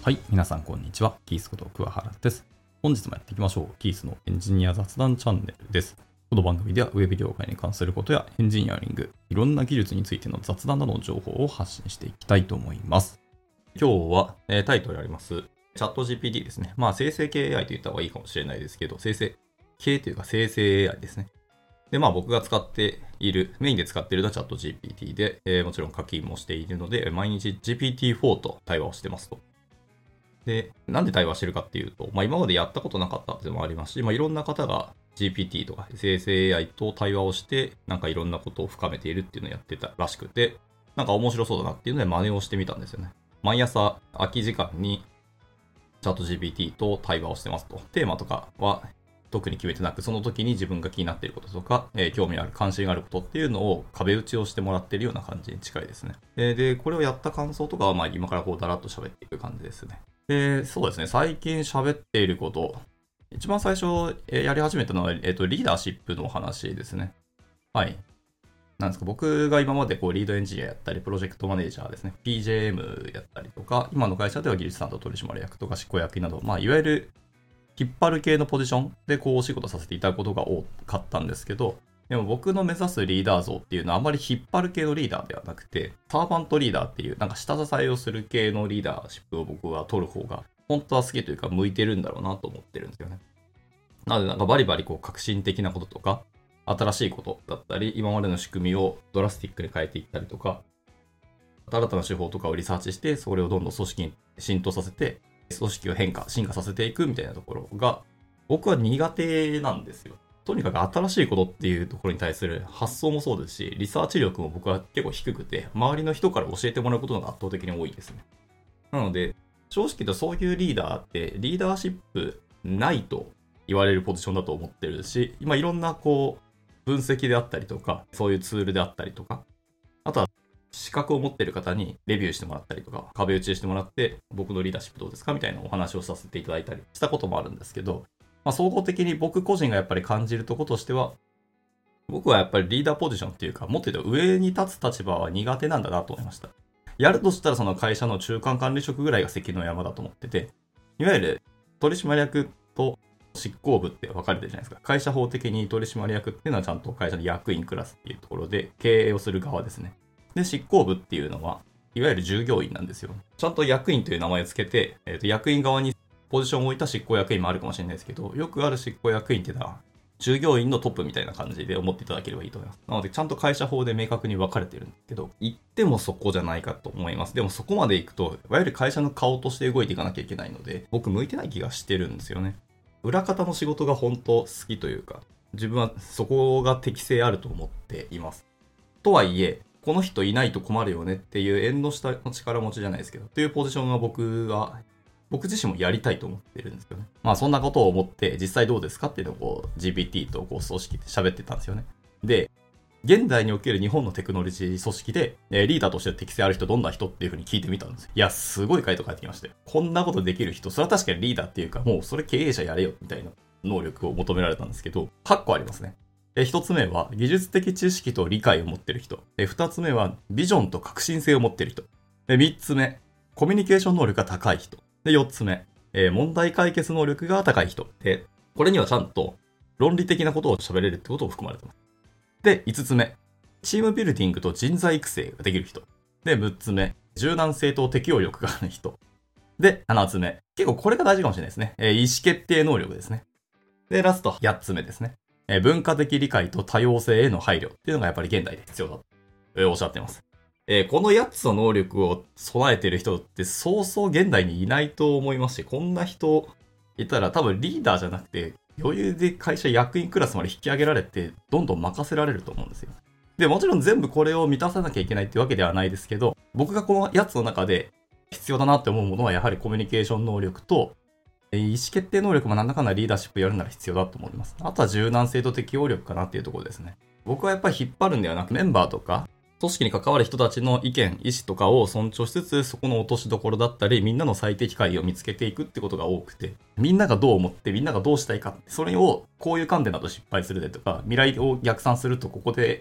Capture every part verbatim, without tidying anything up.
はい、皆さんこんにちは。キースこと桑原です。本日もやっていきましょう。キースのエンジニア雑談チャンネルです。この番組ではウェブ業界に関することやエンジニアリング、いろんな技術についての雑談などの情報を発信していきたいと思います。今日は、えー、タイトルあります、チャット ジーピーティー ですね。まあ生成系 エーアイ と言った方がいいかもしれないですけど、生成系というか生成 エーアイ ですね。で、まあ僕が使っている、メインで使っているのはチャット ジーピーティー で、えー、もちろん課金もしているので、毎日 ジーピーティーフォー と対話をしてますと。で、なんで対話してるかっていうと、まあ今までやったことなかったっていうのもありますし、まあいろんな方が ジーピーティー とか生成 エーアイ と対話をして、なんかいろんなことを深めているっていうのをやってたらしくて、なんか面白そうだなっていうので真似をしてみたんですよね。毎朝空き時間にチャット ジーピーティー と対話をしてますと。テーマとかは特に決めてなく、その時に自分が気になっていることとか、えー、興味ある、関心があることっていうのを壁打ちをしてもらっているような感じに近いですね。えー、で、これをやった感想とかは、まあ今からこうだらっと喋っていく感じですね。で、そうですね、最近喋っていること、一番最初、えー、やり始めたのは、えーと、リーダーシップの話ですね。はい。なんですか、僕が今までこうリードエンジニアやったり、プロジェクトマネージャーですね、ピージェーエム やったりとか、今の会社では技術担当取締役とか執行役員など、まあ、いわゆる引っ張る系のポジションでこうお仕事させていただくことが多かったんですけど、でも僕の目指すリーダー像っていうのはあまり引っ張る系のリーダーではなくて、サーバントリーダーっていうなんか下支えをする系のリーダーシップを僕は取る方が本当は好きというか向いてるんだろうなと思ってるんですよね。なのでなんかバリバリこう革新的なこととか、新しいことだったり、今までの仕組みをドラスティックに変えていったりとか、新たな手法とかをリサーチして、それをどんどん組織に浸透させて、組織を変化、進化させていくみたいなところが、僕は苦手なんですよ。とにかく新しいことっていうところに対する発想もそうですし、リサーチ力も僕は結構低くて、周りの人から教えてもらうことが圧倒的に多いですね。なので、正直言うとそういうリーダーって、リーダーシップないと言われるポジションだと思ってるし、今いろんなこう、分析であったりとか、そういうツールであったりとか、あとは資格を持っている方にレビューしてもらったりとか、壁打ちしてもらって、僕のリーダーシップどうですかみたいなお話をさせていただいたりしたこともあるんですけど、まあ、総合的に僕個人がやっぱり感じるところとしては、僕はやっぱりリーダーポジションっていうか、もっと言うと上に立つ立場は苦手なんだなと思いました。やるとしたらその会社の中間管理職ぐらいが関の山だと思ってて、いわゆる取締役と執行部って分かれてるじゃないですか。会社法的に取締役っていうのはちゃんと会社の役員クラスっていうところで経営をする側ですね。で、執行部っていうのは、いわゆる従業員なんですよ。ちゃんと役員という名前をつけて、えーと、役員側にポジションを置いた執行役員もあるかもしれないですけど、よくある執行役員っていうのは、従業員のトップみたいな感じで思っていただければいいと思います。なので、ちゃんと会社法で明確に分かれてるんですけど、言ってもそこじゃないかと思います。でもそこまで行くと、いわゆる会社の顔として動いていかなきゃいけないので、僕向いてない気がしてるんですよね。裏方の仕事が本当好きというか、自分はそこが適性あると思っています。とはいえ、この人いないと困るよねっていう縁の下の力持ちじゃないですけど、というポジションが僕は、僕自身もやりたいと思ってるんですよね。まあそんなことを思って実際どうですかっていうのをこう ジーピーティー とこう組織で喋ってたんですよね。で、現代における日本のテクノロジー組織で、えー、リーダーとして適性ある人どんな人っていう風に聞いてみたんですよ。いや、すごい回答返ってきましたよ。こんなことできる人、それは確かにリーダーっていうか、もうそれ経営者やれよみたいな能力を求められたんですけど、はっこありますね。え、一つ目は技術的知識と理解を持ってる人。え、二つ目はビジョンと革新性を持ってる人。で、三つ目、コミュニケーション能力が高い人。で、四つ目、えー、問題解決能力が高い人。で、これにはちゃんと論理的なことを喋れるってことを含まれてます。で、五つ目、チームビルディングと人材育成ができる人。で、六つ目、柔軟性と適応力がある人。で、七つ目、結構これが大事かもしれないですね。えー、意思決定能力ですね。で、ラスト八つ目ですね。えー、文化的理解と多様性への配慮っていうのがやっぱり現代で必要だと、えー、おっしゃっています。えー、このやっつの能力を備えている人ってそうそう現代にいないと思いますし、こんな人いたら多分リーダーじゃなくて余裕で会社役員クラスまで引き上げられてどんどん任せられると思うんですよ。で、もちろん全部これを満たさなきゃいけないってわけではないですけど、僕がこのやつの中で必要だなって思うものはやはりコミュニケーション能力と意思決定能力もなんだかんだリーダーシップやるなら必要だと思います。あとは柔軟性と適応力かなっていうところですね。僕はやっぱり引っ張るんではなく、メンバーとか組織に関わる人たちの意見、意思とかを尊重しつつ、そこの落としどころだったり、みんなの最適解を見つけていくってことが多くて、みんながどう思って、みんながどうしたいか、それをこういう観点だと失敗するでとか、未来を逆算するとここで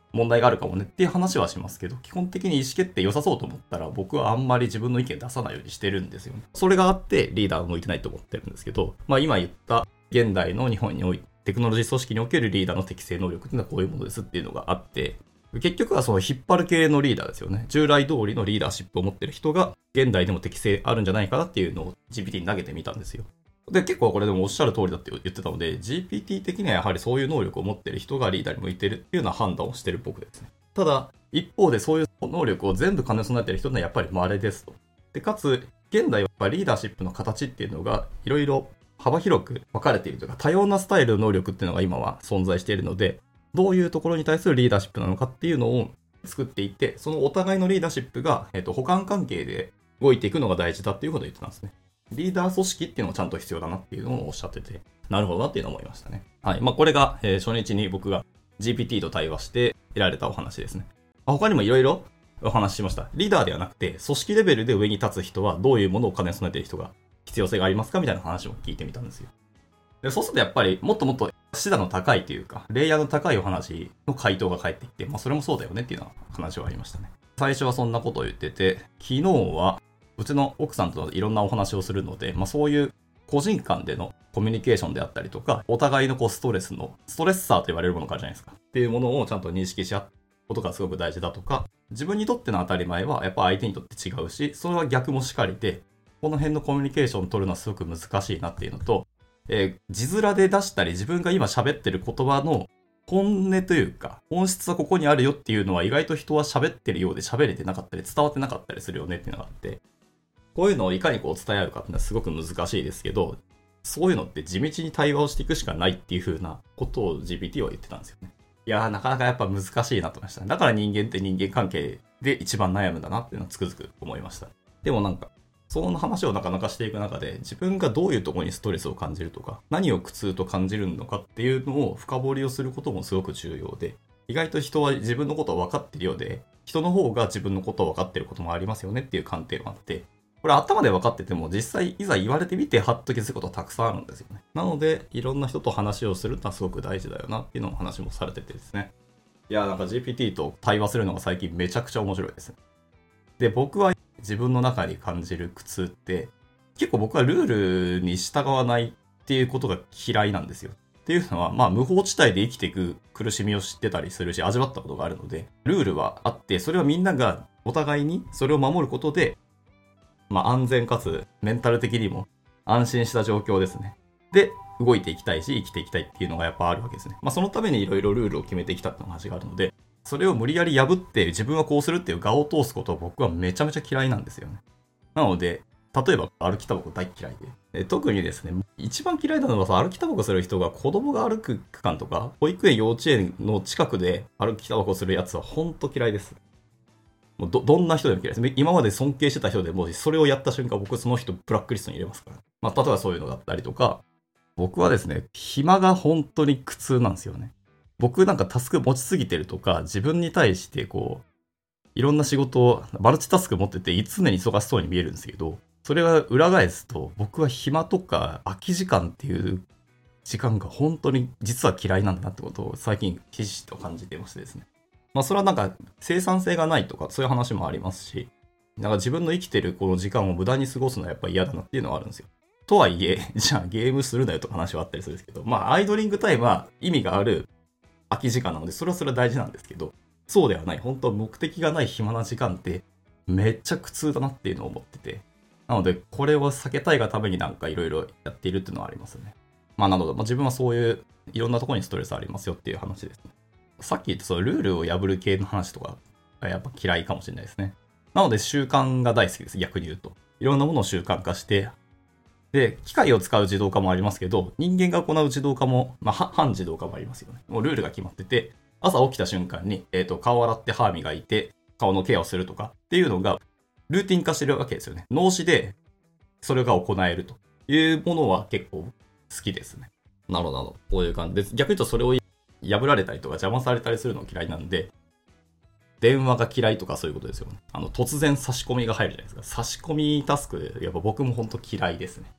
問題があるかもねっていう話はしますけど、基本的に意思決定良さそうと思ったら僕はあんまり自分の意見出さないようにしてるんですよね。それがあってリーダーは向いてないと思ってるんですけど、まあ今言った現代の日本においてテクノロジー組織におけるリーダーの適正能力っていうのはこういうものですっていうのがあって、結局はその引っ張る系のリーダーですよね。従来通りのリーダーシップを持ってる人が現代でも適正あるんじゃないかなっていうのを ジーピーティー に投げてみたんですよ。で、結構これでもおっしゃる通りだって言ってたので、ジーピーティー 的にはやはりそういう能力を持ってる人がリーダーに向いてるっていうような判断をしてる僕ですね。ただ、一方でそういう能力を全部兼ね備えてる人はやっぱり稀ですと。で、かつ、現代はやっぱりリーダーシップの形っていうのがいろいろ幅広く分かれているというか、多様なスタイルの能力っていうのが今は存在しているので、どういうところに対するリーダーシップなのかっていうのを作っていって、そのお互いのリーダーシップが、えっと、補完関係で動いていくのが大事だっていうことを言ってたんですね。リーダー組織っていうのもちゃんと必要だなっていうのをおっしゃってて、なるほどなっていうのを思いましたね。はい。まあ、これが、えー、初日に僕が ジーピーティー と対話して得られたお話ですね。まあ、他にもいろいろお話ししました。リーダーではなくて、組織レベルで上に立つ人はどういうものを兼ね備えている人が必要性がありますかみたいな話も聞いてみたんですよ。で、そうするとやっぱりもっともっと視座の高いというか、レイヤーの高いお話の回答が返ってきて、まあそれもそうだよねっていうような話はありましたね。最初はそんなことを言ってて、昨日はうちの奥さんといろんなお話をするので、まあそういう個人間でのコミュニケーションであったりとか、お互いのこうストレスの、ストレッサーと言われるものがあるじゃないですか。っていうものをちゃんと認識し合うことがすごく大事だとか、自分にとっての当たり前はやっぱ相手にとって違うし、それは逆もしかりで、この辺のコミュニケーションを取るのはすごく難しいなっていうのと、えー、字面で出したり自分が今喋ってる言葉の本音というか、本質はここにあるよっていうのは意外と人は喋ってるようで喋れてなかったり伝わってなかったりするよねっていうのがあって、こういうのをいかにこう伝え合うかっていうのはすごく難しいですけど、そういうのって地道に対話をしていくしかないっていう風なことを ジーピーティー は言ってたんですよね。いやーなかなかやっぱ難しいなと思いました。だから人間って人間関係で一番悩むんだなっていうのをつくづく思いました。でもなんか、その話をなかなかしていく中で、自分がどういうところにストレスを感じるとか、何を苦痛と感じるのかっていうのを深掘りをすることもすごく重要で、意外と人は自分のことを分かっているようで、人の方が自分のことを分かっていることもありますよねっていう観点があって、これ頭で分かってても実際いざ言われてみてハッと気づくことはたくさんあるんですよね。なので、いろんな人と話をするのはすごく大事だよなっていうのを話もされててですね。いや、なんか ジーピーティー と対話するのが最近めちゃくちゃ面白いですね。で、僕は自分の中に感じる苦痛って、結構僕はルールに従わないっていうことが嫌いなんですよ。っていうのは、まあ無法地帯で生きていく苦しみを知ってたりするし、味わったことがあるので、ルールはあって、それはみんながお互いにそれを守ることで、まあ安全かつメンタル的にも安心した状況ですね。で、動いていきたいし、生きていきたいっていうのがやっぱあるわけですね。まあそのためにいろいろルールを決めてきたって話があるので、それを無理やり破って自分はこうするっていう画を通すことは僕はめちゃめちゃ嫌いなんですよね。なので、例えば歩きタバコ大嫌いで。特にですね、一番嫌いなのはさ、歩きタバコする人が子供が歩く区間とか、保育園幼稚園の近くで歩きタバコするやつはほんと嫌いです。もう ど, どんな人でも嫌いです。今まで尊敬してた人でも、それをやった瞬間僕その人ブラックリストに入れますから。まあ、例えばそういうのだったりとか、僕はですね、暇が本当に苦痛なんですよね。僕なんかタスク持ちすぎてるとか、自分に対してこう、いろんな仕事を、マルチタスク持ってて常に忙しそうに見えるんですけど、それは裏返すと、僕は暇とか空き時間っていう時間が本当に実は嫌いなんだなってことを最近ひしひしと感じてましてですね。まあそれはなんか生産性がないとかそういう話もありますし、なんか自分の生きてるこの時間を無駄に過ごすのはやっぱり嫌だなっていうのはあるんですよ。とはいえ、じゃあゲームするなよとか話はあったりするんですけど、まあアイドリングタイムは意味がある空き時間なので、それはそれは大事なんですけど、そうではない、本当目的がない暇な時間ってめっちゃ苦痛だなっていうのを思ってて、なのでこれを避けたいがためになんかいろいろやっているっていうのはありますね。まあなので、まあ、自分はそういういろんなところにストレスありますよっていう話ですね。さっき言ったそのルールを破る系の話とかがやっぱ嫌いかもしれないですね。なので習慣が大好きです、逆に言うと。いろんなものを習慣化して、で、機械を使う自動化もありますけど、人間が行う自動化も、まあ、半自動化もありますよね。もうルールが決まってて、朝起きた瞬間に、えっと、顔を洗って歯磨いて、顔のケアをするとかっていうのが、ルーティン化してるわけですよね。脳死で、それが行えるというものは結構好きですね。なるほど、なるほど。こういう感じで、逆に言うとそれを破られたりとか邪魔されたりするの嫌いなんで、電話が嫌いとかそういうことですよね。あの、突然差し込みが入るじゃないですか。差し込みタスク、やっぱ僕も本当嫌いですね。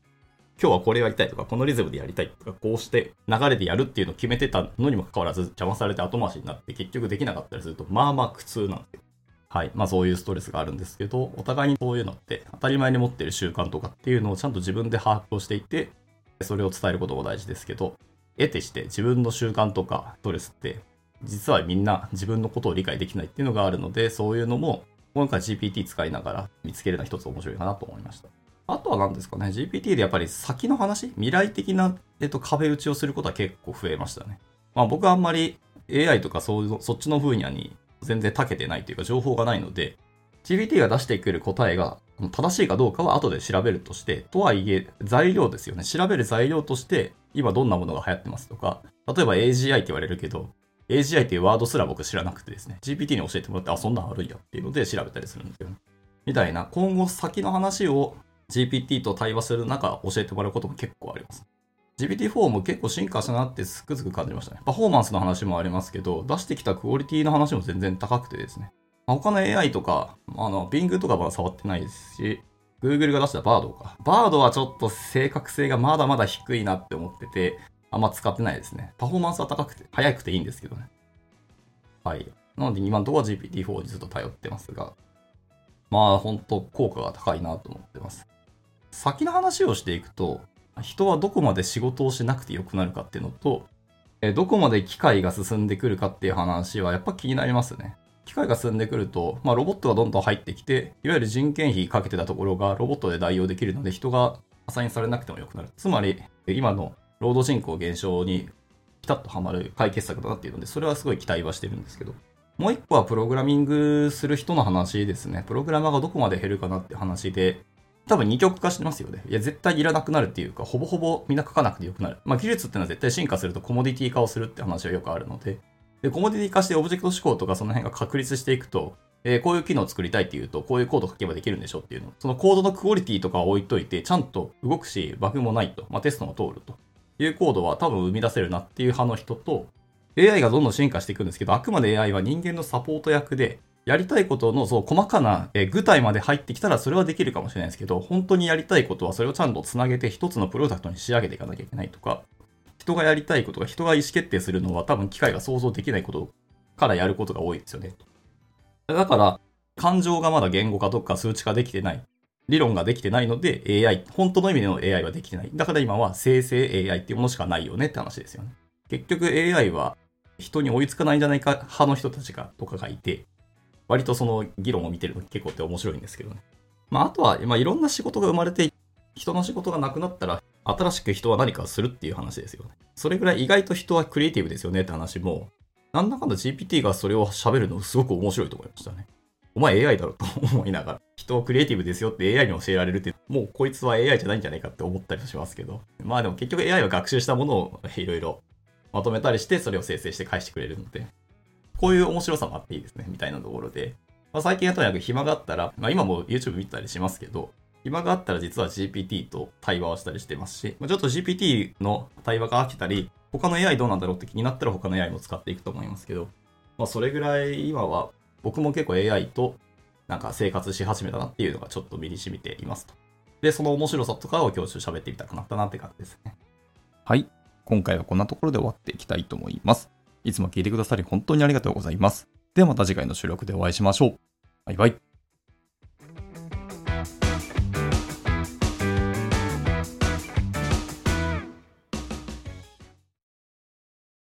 今日はこれやりたいとか、このリズムでやりたいとか、こうして流れでやるっていうのを決めてたのにもかかわらず、邪魔されて後回しになって結局できなかったりすると、まあまあ苦痛なんですよ。はい。まあそういうストレスがあるんですけど、お互いにそういうのって当たり前に持っている習慣とかっていうのをちゃんと自分で把握をしていて、それを伝えることも大事ですけど、得てして自分の習慣とかストレスって、実はみんな自分のことを理解できないっていうのがあるので、そういうのも今回 ジーピーティー 使いながら見つけるのは一つ面白いかなと思いました。あとは何ですかね、ジーピーティー でやっぱり先の話、未来的な、えっと、壁打ちをすることは結構増えましたね。まあ僕はあんまり エーアイ とかそういうそっちの分野に全然長けてないというか情報がないので、ジーピーティー が出してくる答えが正しいかどうかは後で調べるとして、とはいえ材料ですよね。調べる材料として今どんなものが流行ってますとか、例えば エージーアイ って言われるけど、エージーアイ っていうワードすら僕知らなくてですね、ジーピーティー に教えてもらって、あ、そんなんあるんやっていうので調べたりするんですよね。みたいな、今後先の話を ジーピーティー と対話する中教えてもらうことも結構あります。ジーピーティーフォー も結構進化したなってつくづく感じましたね。パフォーマンスの話もありますけど、出してきたクオリティの話も全然高くてですね。他の エーアイ とか、あの、Bing とかは触ってないですし、Google が出した Bard か。Bard はちょっと正確性がまだまだ低いなって思ってて、あんま使ってないですね。パフォーマンスは高くて、速くていいんですけどね。はい。なので今のところは ジーピーティーフォー にずっと頼ってますが、まあ本当効果が高いなと思ってます。先の話をしていくと、人はどこまで仕事をしなくてよくなるかっていうのと、どこまで機械が進んでくるかっていう話はやっぱ気になりますね。機械が進んでくると、まあ、ロボットがどんどん入ってきて、いわゆる人件費かけてたところがロボットで代用できるので、人がアサインされなくてもよくなる。つまり、今の労働人口減少にピタッとはまる解決策だなっていうので、それはすごい期待はしてるんですけど、もう一個はプログラミングする人の話ですね。プログラマーがどこまで減るかなって話で、多分二極化してますよね。いや、絶対いらなくなるっていうか、ほぼほぼみんな書かなくてよくなる。まあ、技術っていうのは絶対進化するとコモディティ化をするって話はよくあるので、で、コモディティ化してオブジェクト思考とかその辺が確立していくと、えー、こういう機能を作りたいっていうと、こういうコード書けばできるんでしょっていうの。そのコードのクオリティとかは置いといて、ちゃんと動くし、バグもないと。まあ、テストも通るというコードは多分生み出せるなっていう派の人と、エーアイ がどんどん進化していくんですけど、あくまで エーアイ は人間のサポート役で、やりたいことのそう細かな、えー、具体まで入ってきたらそれはできるかもしれないですけど、本当にやりたいことはそれをちゃんとつなげて一つのプロダクトに仕上げていかなきゃいけないとか、人がやりたいことが人が意思決定するのは多分機械が想像できないことからやることが多いですよね。だから、感情がまだ言語化とか数値化できてない。理論ができてないので エーアイ、本当の意味での エーアイ はできてない。だから今は生成 エーアイ っていうものしかないよねって話ですよね。結局 エーアイ は人に追いつかないんじゃないか派の人たちがとかがいて、割とその議論を見てるの結構って面白いんですけどね。まああとは、まあいろんな仕事が生まれて、人の仕事がなくなったら、新しく人は何かするっていう話ですよね。それぐらい意外と人はクリエイティブですよねって話も、なんだかんだ ジーピーティー がそれを喋るのすごく面白いと思いましたね。お前 エーアイ だろと思いながら、人をクリエイティブですよって エーアイ に教えられるって、もうこいつは エーアイ じゃないんじゃないかって思ったりしますけど。まあでも結局 エーアイ は学習したものをいろいろまとめたりして、それを生成して返してくれるので、こういう面白さもあっていいですね、みたいなところで。まあ、最近はとにかく暇があったら、まあ今も YouTube 見たりしますけど、暇があったら実は ジーピーティー と対話をしたりしてますし、まあ、ちょっと ジーピーティー の対話が飽きたり、他の エーアイ どうなんだろうって気になったら他の エーアイ も使っていくと思いますけど、まあそれぐらい今は僕も結構 エーアイ となんか生活し始めたなっていうのがちょっと身に染みていますと。で、その面白さとかを今日喋ってみたくなったなって感じですね。はい。今回はこんなところで終わっていきたいと思います。いつも聞いてくださり本当にありがとうございます。ではまた次回の収録でお会いしましょう。バイバイ。